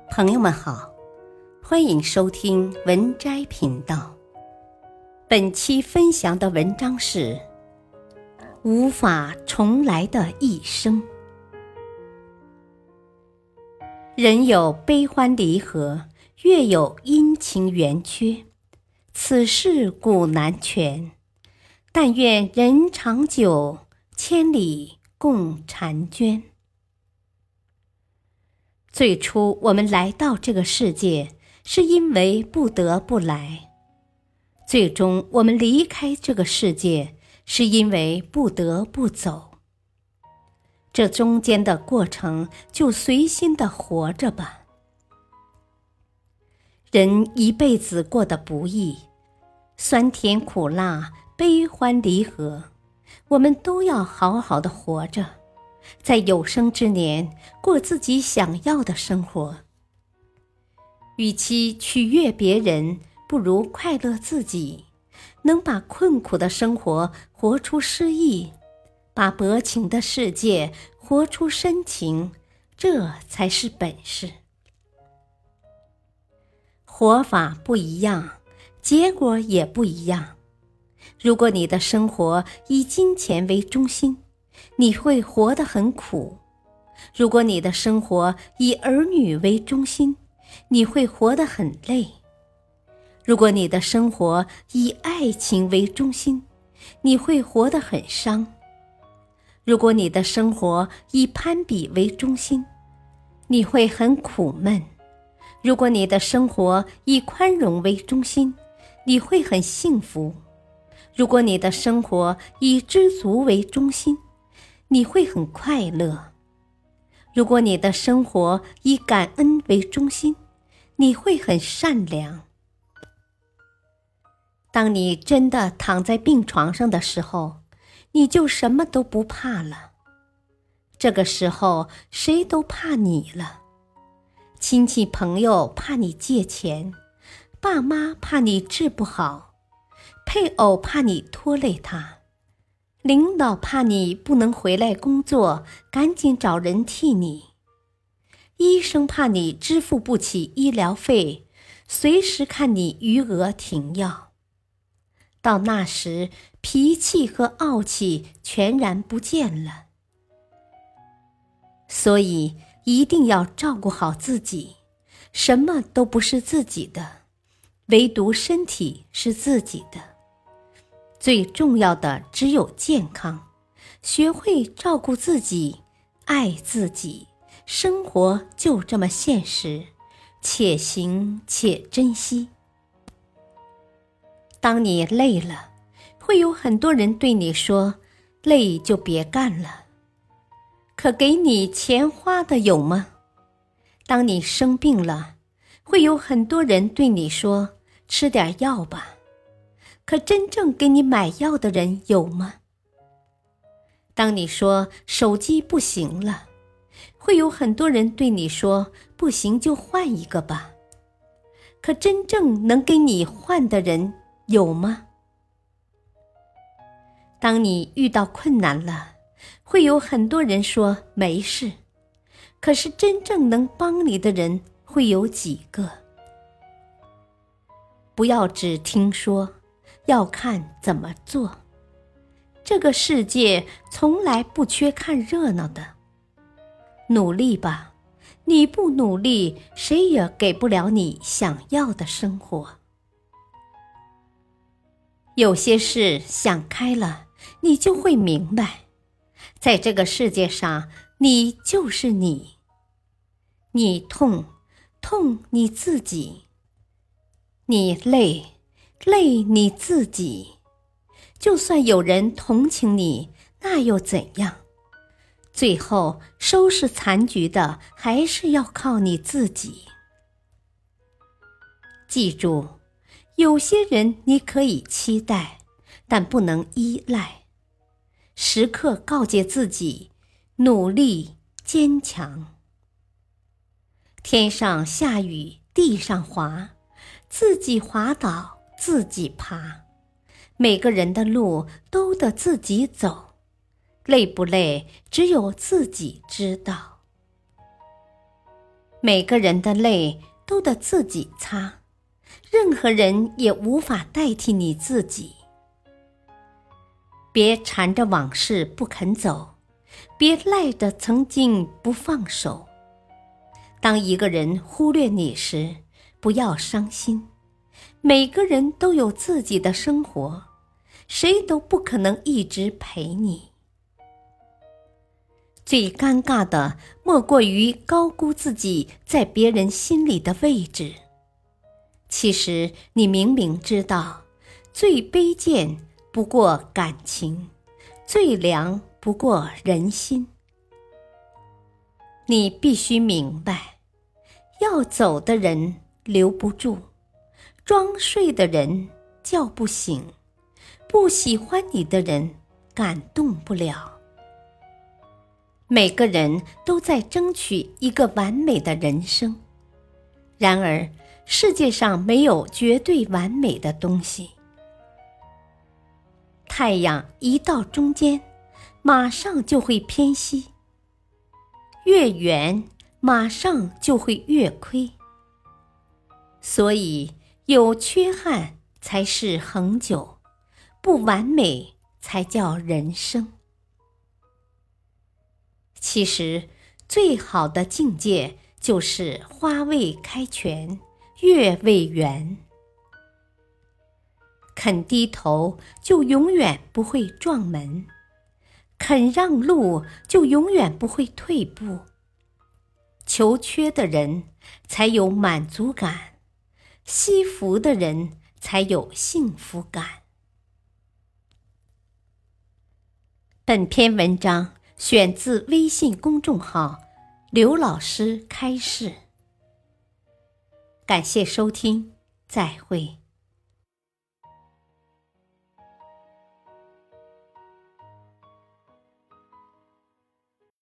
朋友们好，欢迎收听文摘频道。本期分享的文章是无法重来的一生。人有悲欢离合，月有阴晴圆缺，此事古难全。但愿人长久，千里共婵娟。最初我们来到这个世界，是因为不得不来；最终我们离开这个世界，是因为不得不走。这中间的过程，就随心地活着吧。人一辈子过得不易，酸甜苦辣，悲欢离合，我们都要好好的活着，在有生之年过自己想要的生活。与其取悦别人，不如快乐自己。能把困苦的生活活出诗意，把薄情的世界活出深情，这才是本事。活法不一样，结果也不一样。如果你的生活以金钱为中心，你会活得很苦；如果你的生活以儿女为中心，你会活得很累；如果你的生活以爱情为中心，你会活得很伤；如果你的生活以攀比为中心，你会很苦闷；如果你的生活以宽容为中心，你会很幸福；如果你的生活以知足为中心，你会很快乐；如果你的生活以感恩为中心，你会很善良。当你真的躺在病床上的时候，你就什么都不怕了。这个时候，谁都怕你了。亲戚朋友怕你借钱，爸妈怕你治不好，配偶怕你拖累他，领导怕你不能回来工作，赶紧找人替你，医生怕你支付不起医疗费，随时看你余额停药。到那时，脾气和傲气全然不见了。所以一定要照顾好自己，什么都不是自己的，唯独身体是自己的。最重要的只有健康，学会照顾自己，爱自己，生活就这么现实，且行且珍惜。当你累了，会有很多人对你说，累就别干了。可给你钱花的有吗？当你生病了，会有很多人对你说，吃点药吧。可真正给你买药的人有吗？当你说手机不行了，会有很多人对你说，不行就换一个吧。可真正能给你换的人有吗？当你遇到困难了，会有很多人说没事，可是真正能帮你的人会有几个？不要只听说，要看怎么做。这个世界从来不缺看热闹的。努力吧，你不努力，谁也给不了你想要的生活。有些事想开了，你就会明白，在这个世界上，你就是你。你痛，痛你自己；你累，累你自己。就算有人同情你，那又怎样？最后收拾残局的还是要靠你自己。记住，有些人你可以期待，但不能依赖。时刻告诫自己，努力坚强。天上下雨，地上滑，自己滑倒，自己爬。每个人的路都得自己走，累不累，只有自己知道。 每个人的泪都得自己擦，任何人也无法代替你自己。别缠着往事不肯走，别赖着曾经不放手。当一个人忽略你时，不要伤心。每个人都有自己的生活，谁都不可能一直陪你。最尴尬的莫过于高估自己在别人心里的位置。其实你明明知道，最卑贱不过感情，最凉不过人心。你必须明白，要走的人留不住，装睡的人叫不醒，不喜欢你的人感动不了。每个人都在争取一个完美的人生，然而世界上没有绝对完美的东西。太阳一到中间，马上就会偏西，越圆马上就会越亏。所以有缺憾才是恒久，不完美才叫人生。其实最好的境界就是花未开全，月未圆。肯低头就永远不会撞门，肯让路就永远不会退步。求缺的人才有满足感，惜福的人才有幸福感。本篇文章选自微信公众号刘老师开示。感谢收听，再会。